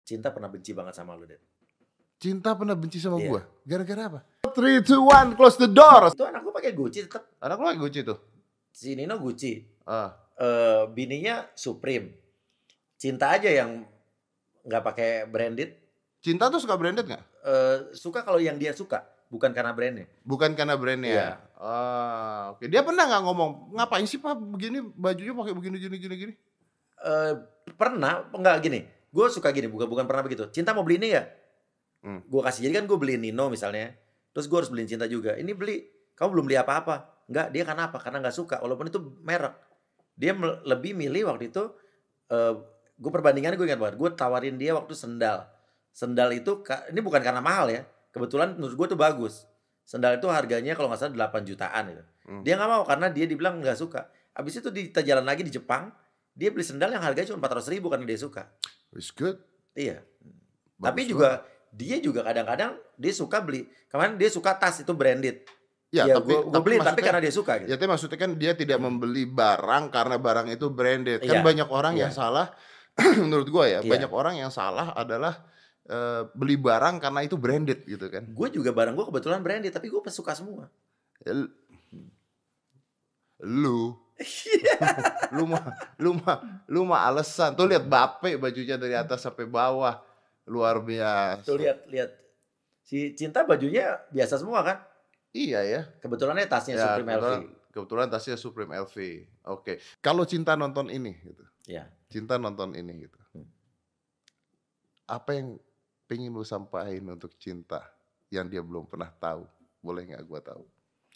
Cinta pernah benci banget sama lu, Det. Cinta pernah benci sama Iya. gua. Gara-gara apa? 3, 2, 1, close the door. Itu anak gua pakai Gucci tetap. Anak lu lagi Gucci tuh. Si Nino Gucci. Ah. Bininya Supreme. Cinta aja yang nggak pakai branded. Cinta tuh suka branded nggak? Suka kalau yang dia suka, bukan karena brandnya. Bukan karena brandnya. Iya. Oke. Dia pernah nggak ngomong ngapain sih Pak begini bajunya pakai begini gini? Pernah, enggak gini. Gue suka gini, bukan pernah begitu. Cinta mau beli ini ya? Gue kasih. Jadi kan gue beliin Nino misalnya. Terus gue harus beliin Cinta juga. Ini beli. Kamu belum beli apa-apa. Enggak, dia karena apa? Karena nggak suka. Walaupun itu merek. Dia lebih milih waktu itu. Gue perbandingannya gue ingat banget. Gue tawarin dia waktu sendal. Sendal itu, ini bukan karena mahal ya. Kebetulan menurut gue tuh bagus. Sendal itu harganya kalau nggak salah 8 jutaan gitu. Dia nggak mau karena dia dibilang nggak suka. Habis itu kita jalan lagi di Jepang. Dia beli sendal yang harganya cuma 400.000 karena dia suka. It's good. Iya. Bagus tapi juga dia juga kadang-kadang dia suka beli. Kemarin dia suka tas itu branded. Ya gue beli tapi karena dia suka gitu. Ya tapi maksudnya kan dia tidak membeli barang karena barang itu branded. Kan Iya. banyak orang yang salah. Menurut gue ya, Iya. banyak orang yang salah adalah beli barang karena itu branded gitu kan. Gue juga barang gue kebetulan branded tapi gue suka semua. Lu mah alasan. Tuh lihat Bape bajunya dari atas sampai bawah. Luar biasa. Tuh lihat. Si Cinta bajunya biasa semua kan? Iya ya. Kebetulannya tasnya Supreme LV. Kebetulan tasnya Supreme LV. Oke. Kalau Cinta nonton ini gitu. Iya. Cinta nonton ini gitu. Apa yang pengen lu sampaikan untuk Cinta yang dia belum pernah tahu? Boleh nggak gua tahu?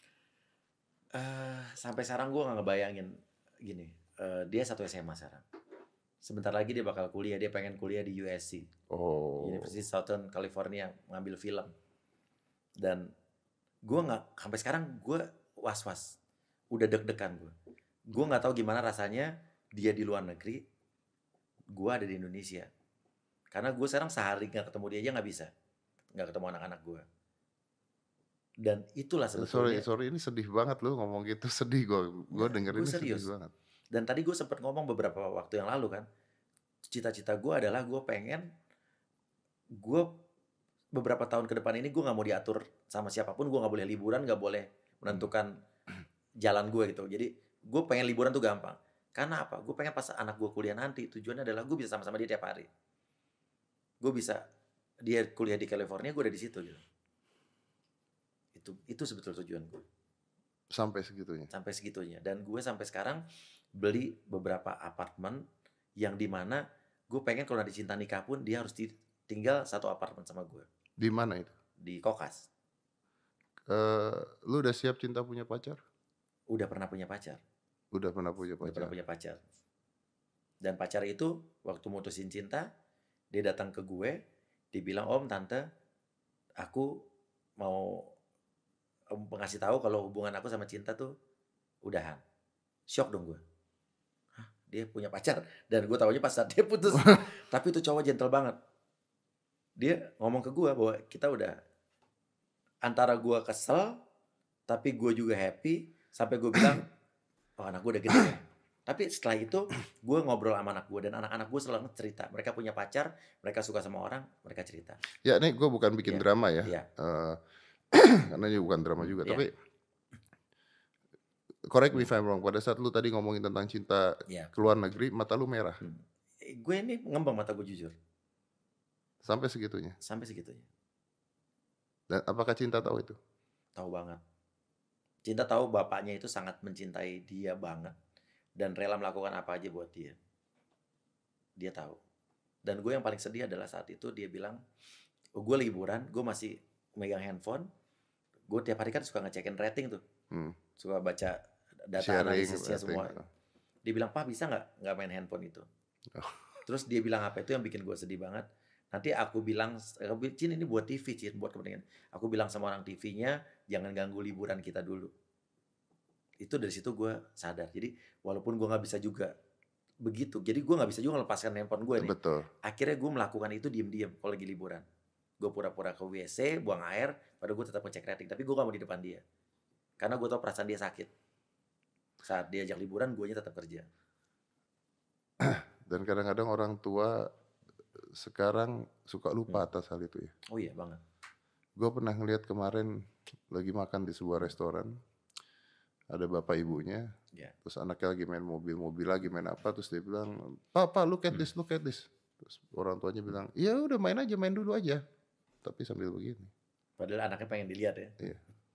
Sampai sekarang gue gak ngebayangin gini. Dia satu SMA sekarang. Sebentar lagi dia bakal kuliah. Dia pengen kuliah di USC. University Southern California, ngambil film. Dan gue gak, sampai sekarang gue was-was. Udah deg-degan gue. Gue gak tahu gimana rasanya dia di luar negeri, gue ada di Indonesia. Karena gue sekarang sehari gak ketemu dia aja gak bisa. Gak ketemu anak-anak gue. Dan itulah sebetulnya. Sorry ini sedih banget lu ngomong gitu, sedih gue dengerin ini serius. sedih banget. Dan tadi gue sempat ngomong beberapa waktu yang lalu kan, cita-cita gue adalah gue pengen, gue beberapa tahun ke depan ini gue nggak mau diatur sama siapapun, gue nggak boleh liburan, nggak boleh menentukan jalan gue gitu. Jadi gue pengen liburan tuh gampang. Karena apa? Gue pengen pas anak gue kuliah nanti, tujuannya adalah gue bisa sama-sama dia tiap hari. Gue bisa, dia kuliah di California, gue ada di situ gitu. Itu sebetulnya tujuan gue. Sampai segitunya. Dan gue sampai sekarang beli beberapa apartemen yang dimana gue pengen kalau nanti Cinta nikah pun dia harus tinggal satu apartemen sama gue. Di mana itu? Di Kokas. Lu udah siap Cinta punya pacar? Udah pernah punya pacar. Dan pacar itu waktu mutusin Cinta, dia datang ke gue, dia bilang, "Om, Tante, aku mau ngasih tahu kalau hubungan aku sama Cinta tuh udahan." Shock dong gue. Hah, dia punya pacar? Dan gue taunya pas saat dia putus. Tapi itu cowok gentle banget. Dia ngomong ke gue bahwa kita udah, antara gue kesel, tapi gue juga happy, sampai gue bilang, oh anak gue udah gede ya. Tapi setelah itu gue ngobrol sama anak gue, dan anak-anak gue selalu cerita. Mereka punya pacar, mereka suka sama orang, mereka cerita. Ya nih gue bukan bikin drama ya. Karena ini bukan drama juga. Tapi correct me if I'm wrong. Pada saat lu tadi ngomongin tentang cinta ke luar negeri, mata lu merah. Gue ini ngembang mata gue jujur. Sampai segitunya. Dan apakah Cinta tahu itu? Tahu banget. Cinta tahu bapaknya itu sangat mencintai dia banget. Dan rela melakukan apa aja buat dia. Dia tahu. Dan gue yang paling sedih adalah saat itu dia bilang, gue liburan, gue masih megang handphone. Gue tiap hari kan suka ngecekin rating tuh. Suka baca data analisisnya semua. Dia bilang, "Pak, bisa nggak main handphone itu?" Terus dia bilang apa itu yang bikin gue sedih banget. Nanti aku bilang, "Cin, ini buat TV, Cin, buat kepentingan." Aku bilang sama orang TV-nya, jangan ganggu liburan kita dulu. Itu dari situ gue sadar. Jadi walaupun gue nggak bisa juga begitu, jadi gue nggak bisa juga melepaskan handphone gue nih. Betul. Akhirnya gue melakukan itu diem-diem kalau lagi liburan. Gue pura-pura ke WC, buang air, padahal gue tetap ngecek rating. Tapi gue gak mau di depan dia. Karena gue tau perasaan dia sakit. Saat dia ajak liburan, gue tetap kerja. Dan kadang-kadang orang tua sekarang suka lupa atas hal itu ya. Oh iya banget. Gue pernah ngeliat kemarin lagi makan di sebuah restoran, ada bapak ibunya, terus anaknya lagi main mobil lagi main apa, terus dia bilang, Pak, look at this. Terus orang tuanya bilang, iya udah main dulu aja, tapi sambil begini. Padahal anaknya pengen dilihat ya. Iya.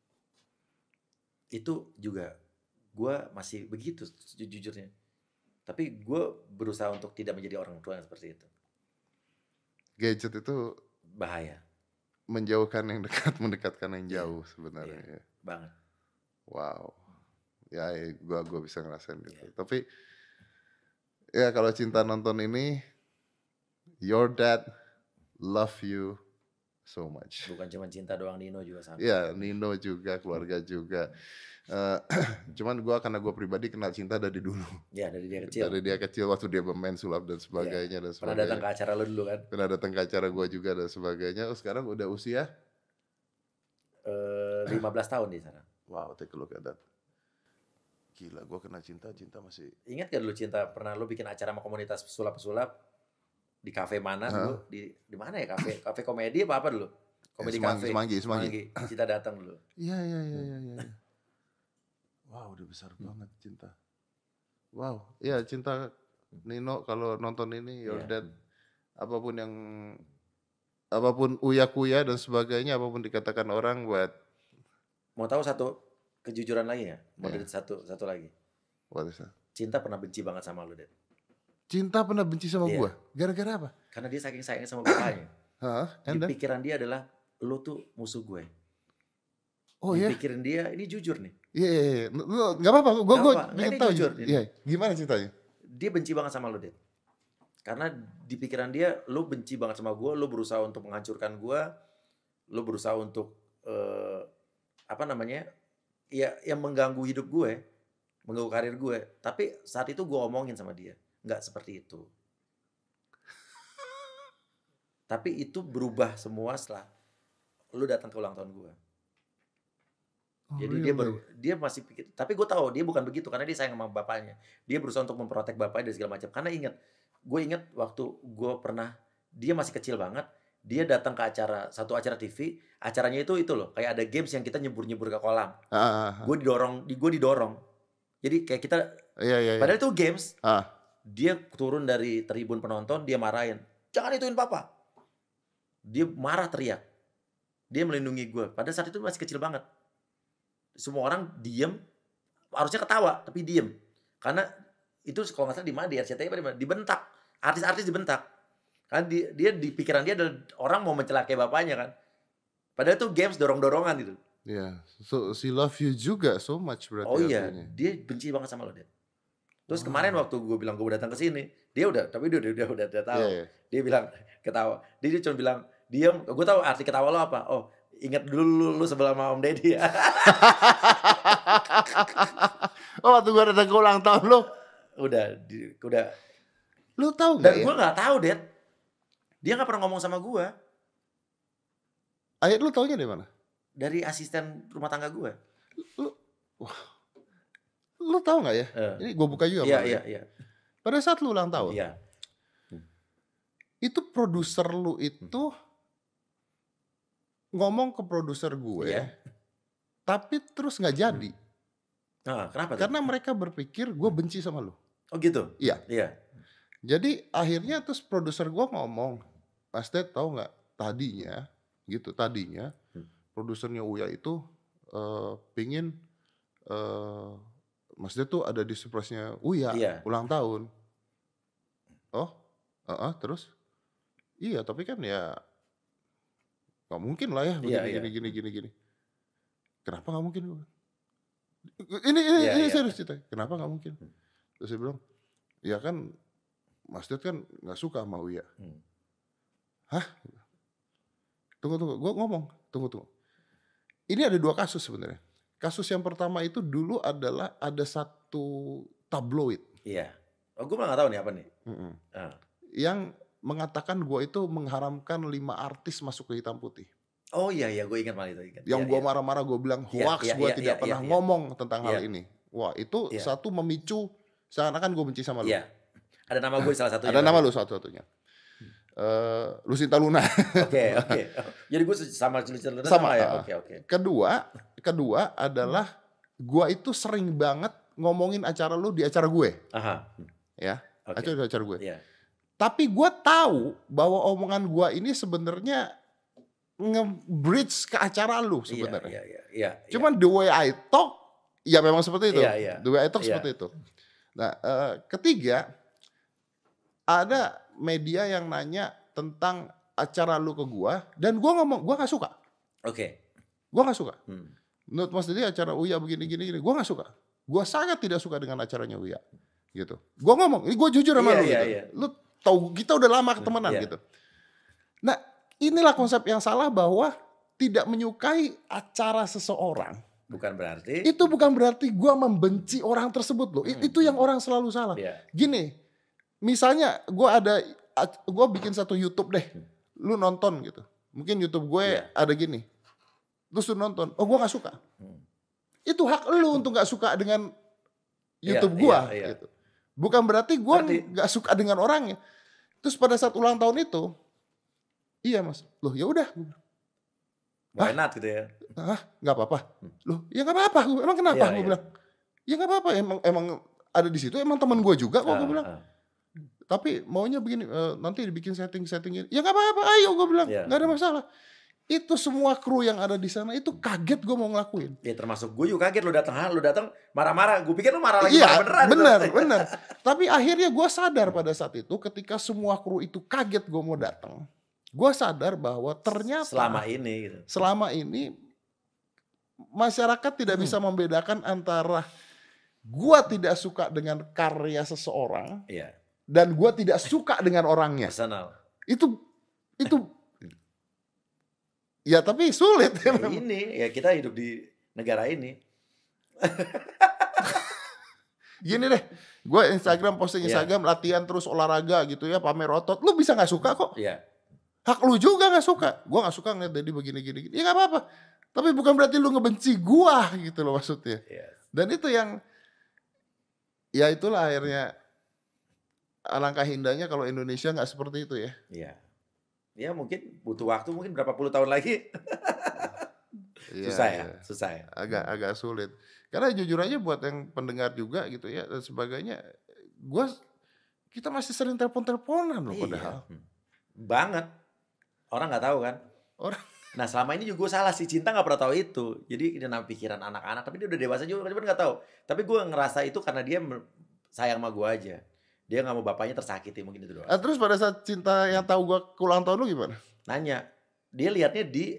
Itu juga gue masih begitu jujurnya. Tapi gue berusaha untuk tidak menjadi orang tua yang seperti itu. Gadget itu bahaya. Menjauhkan yang dekat, mendekatkan yang jauh sebenarnya. Iya, banget. Wow. Ya gue bisa ngerasain gitu. Tapi ya kalau cinta nonton ini, your dad love you so much. Bukan cuma cinta doang, Nino juga sama. Ya, Nino juga, keluarga juga. Cuman karena gue pribadi kenal cinta dari dulu. Ya, dari dia kecil. Dari dia kecil waktu dia bermain sulap dan sebagainya. Pernah datang ke acara lo dulu kan? Pernah datang ke acara gue juga dan sebagainya. Sekarang udah usia? 15 tahun di sana. Wow, take a look at that. Gila, gue kena cinta masih. Ingat gak dulu cinta pernah lo bikin acara sama komunitas pesulap-pesulap di kafe mana dulu? Di mana ya kafe? Kafe komedi apa dulu? Komedi kafe. Semanggi. Cinta datang dulu. Iya. Wow, udah besar banget cinta. Wow, ya cinta Nino kalau nonton ini your dad, apapun uya-kuya dan sebagainya, apapun dikatakan orang buat. Mau tahu satu kejujuran lagi ya? Mau dari satu lagi. What is that? Cinta pernah benci banget sama lu, Dad. Cinta pernah benci sama gua? Gara-gara apa? Karena dia saking sayangnya sama bapaknya. Di pikiran dia adalah lu tuh musuh gue. Oh iya? Pikirin dia, ini jujur nih. Iya. Gak apa-apa, gue ingin tahu. Jujur. Iya, gimana ceritanya? Dia benci banget sama lu, Dad. Karena di pikiran dia, lu benci banget sama gue, lu berusaha untuk menghancurkan gue, lu berusaha untuk yang mengganggu hidup gue, mengganggu karir gue. Tapi saat itu gue omongin sama dia, nggak seperti itu. Tapi itu berubah semua setelah lu datang ke ulang tahun gue. Jadi dia masih pikir, tapi gue tahu dia bukan begitu karena dia sayang sama bapaknya. Dia berusaha untuk memprotek bapaknya dan segala macam. Karena gue ingat waktu gue pernah, dia masih kecil banget, dia datang ke satu acara TV, acaranya itu loh, kayak ada games yang kita nyebur ke kolam. Gue didorong. Jadi kayak kita, padahal itu games. Dia turun dari tribun penonton, dia marahin, jangan ituin papa. Dia marah teriak. Dia melindungi gue. Pada saat itu masih kecil banget. Semua orang diem, harusnya ketawa tapi diem, karena itu kalau nggak salah di mana di RCTI apa dibentak, artis-artis dibentak, kan dia di pikiran dia adalah orang mau mencelakai bapaknya kan, padahal itu games dorong-dorongan gitu. Iya, so she love you juga so much berarti. Oh iya, dia benci banget sama lo, Dad. Terus kemarin waktu gue bilang gue datang ke sini, dia udah tahu, dia bilang ketawa, dia cuma bilang diam, gue tahu arti ketawa lo apa, oh ingat dulu lu sebelah sama Om Deddy ya. Oh waktu gue datang ke ulang tahun lu. Udah. Lu tahu nggak? Dan gue nggak tahu, Dad. Dia nggak pernah ngomong sama gue. Ayat lu taunya dari mana? Dari asisten rumah tangga gue. Lu tahu nggak ya? Ini gue buka juga. Iya. Pada saat lu ulang tahun. Iya. Itu produser lu itu ngomong ke produser gue, tapi terus nggak jadi. Kenapa? Karena mereka berpikir gue benci sama lu. Oh gitu? Iya. Jadi akhirnya terus produser gue ngomong, Mas Ded tahu nggak tadinya produsernya Uya itu pingin Mas Ded tuh ada di surprise-nya Uya ulang tahun. Terus? Iya, tapi kan ya nggak mungkin lah ya gini. Kenapa nggak mungkin? Ini serius cerita. Kenapa nggak mungkin? Terus dia bilang, ya kan Mas Ded kan nggak suka sama Uya. Hah? Tunggu. Gue ngomong, tunggu. Ini ada dua kasus sebenarnya. Kasus yang pertama itu dulu adalah ada satu tabloid. Iya. Oh, gue malah nggak tahu nih apa nih. Yang mengatakan gue itu mengharamkan 5 artis masuk ke hitam putih. Oh iya, gue ingat malah itu. Yang gue marah-marah, gue bilang hoax, gue tidak pernah ngomong tentang hal ini. Wah itu satu memicu seakan-akan gue benci sama lu. Iya. Ada nama gue salah satunya. Ada nama lu satu-satunya. Lucinta Luna. Oke. Jadi gue sama Lucinta Luna Sama, ya. Oke. Kedua adalah gue itu sering banget ngomongin acara lu di acara gue. Aha. Ya, Oke. acara gue. Iya. Tapi gue tahu bahwa omongan gue ini sebenarnya nge-bridge ke acara lu sebenarnya. Iya. Cuman the way I talk, ya memang seperti itu. Iya. The way I talk seperti itu. Nah, ketiga, ada media yang nanya tentang acara lu ke gue, dan gue ngomong, gue gak suka. Oke. Gue gak suka. Menurut Mas Dedi acara Uya begini, gue gak suka. Gue sangat tidak suka dengan acaranya Uya. Gitu. Gue ngomong, ini gue jujur sama lu gitu. Lu tahu kita udah lama ketemenan gitu. Nah, inilah konsep yang salah bahwa tidak menyukai acara seseorang. Itu bukan berarti gue membenci orang tersebut loh. Itu yang orang selalu salah. Gini, misalnya gue bikin satu YouTube deh. Lu nonton gitu. Mungkin YouTube gue ada gini. Terus lu nonton, oh gue gak suka. Itu hak lu untuk gak suka dengan YouTube gue. Gitu. Bukan berarti gue gak suka dengan orangnya. Terus pada saat ulang tahun itu, iya mas, loh ya udah. Why not gitu ya? Gak apa-apa. Loh ya gak apa-apa. Emang kenapa? Gue bilang, ya gak apa-apa. Emang ada di situ. Emang teman gue juga kok. Gue bilang. Tapi maunya begini, nanti dibikin setting-setting. Ya gak apa-apa. Ayo gue bilang. Gak ada masalah. Itu semua kru yang ada di sana itu kaget gue mau ngelakuin. Ya termasuk gue juga kaget lu datang marah-marah. Gue pikir lu marah lagi beneran. Bener. Tapi akhirnya gue sadar pada saat itu ketika semua kru itu kaget gue mau datang. Gue sadar bahwa ternyata selama ini masyarakat tidak bisa membedakan antara gue tidak suka dengan karya seseorang dan gue tidak suka dengan orangnya. Personal. Itu ya tapi sulit. Ya kita hidup di negara ini. Gini deh, gue posting Instagram latihan terus olahraga gitu ya, pamer otot. Lu bisa gak suka kok. Hak lu juga gak suka. Gue gak suka ngeliat Dedi begini-gini. Ya gak apa-apa. Tapi bukan berarti lu ngebenci gue gitu loh maksudnya. Dan itu yang, ya itulah akhirnya alangkah indahnya kalau Indonesia gak seperti itu ya. Ya mungkin butuh waktu, mungkin berapa puluh tahun lagi. Susah ya. Agak sulit. Karena jujur aja buat yang pendengar juga gitu ya dan sebagainya, kita masih sering telepon-teleponan loh padahal. Banget. Orang nggak tahu kan. Nah selama ini juga gue salah, si Cinta nggak pernah tahu itu. Jadi dalam pikiran anak-anak, tapi dia udah dewasa juga, cuma nggak tahu. Tapi gue ngerasa itu karena dia sayang sama gue aja. Dia gak mau bapaknya tersakiti, mungkin itu doang. Terus pada saat Cinta yang tahu gue ulang tahun lu gimana? Nanya. Dia lihatnya di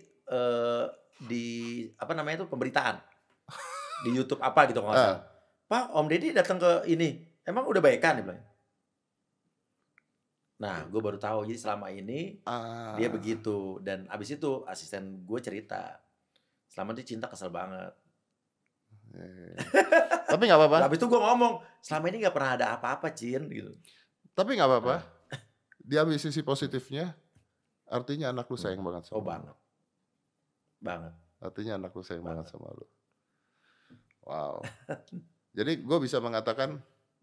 apa namanya itu pemberitaan. Di YouTube apa gitu kalau nggak salah. Pak, Om Deddy datang ke ini. Emang udah baikan dia bilang. Nah, gue baru tahu. Jadi selama ini dia begitu. Dan abis itu asisten gue cerita. Selama itu Cinta kesel banget. Tapi gak apa-apa. Habis itu gue ngomong, selama ini gak pernah ada apa-apa Cin gitu. Tapi gak apa-apa. Diambil sisi positifnya, artinya anak lu sayang banget sama lu. Banget. Artinya anak lu sayang banget sama lu. Wow. Jadi gue bisa mengatakan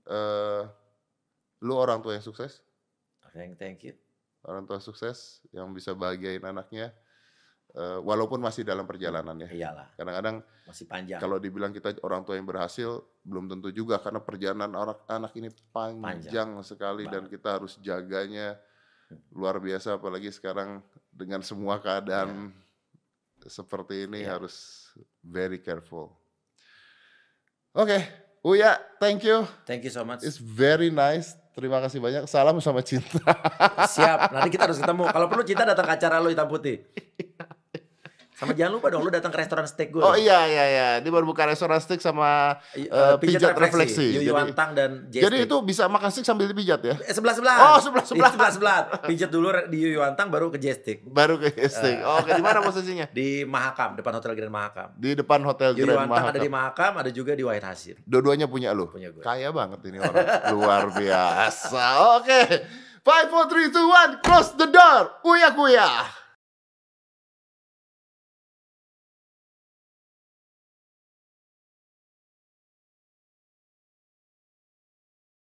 lu orang tua yang sukses. Thank you. Orang tua sukses yang bisa bahagiain anaknya. Walaupun masih dalam perjalanan ya. Iyalah. Kadang-kadang masih panjang. Kalau dibilang kita orang tua yang berhasil, belum tentu juga karena perjalanan anak ini panjang sekali dan kita harus jaganya luar biasa. Apalagi sekarang dengan semua keadaan seperti ini harus very careful. Oke, Uya, thank you. Thank you so much. It's very nice. Terima kasih banyak. Salam sama Cinta. Siap. Nanti kita harus ketemu. Kalau perlu Cinta datang ke acara lo Hitam Putih. Sama jangan lupa dong lu datang ke restoran steak gue. Oh iya. Dia baru buka restoran steak sama pijat refleksi. Yuantang dan J-Steak. Jadi itu bisa makan steak sambil dipijat ya? Sebelah-sebelah. Oh, sebelah-sebelah. Pijat dulu di Yuantang baru ke J-Steak. Baru ke J-Steak. Oke, di mana posisinya? Di Mahakam, depan Hotel Grand Mahakam. Di depan Hotel Grand Mahakam. Yuantang ada di Mahakam, ada juga di Wahid Hasyim. Dua-duanya punya lu? Punya gue. Kaya banget ini orang. Luar biasa. Oke. 5, 4, 3, 2, 1, close the door. Uya.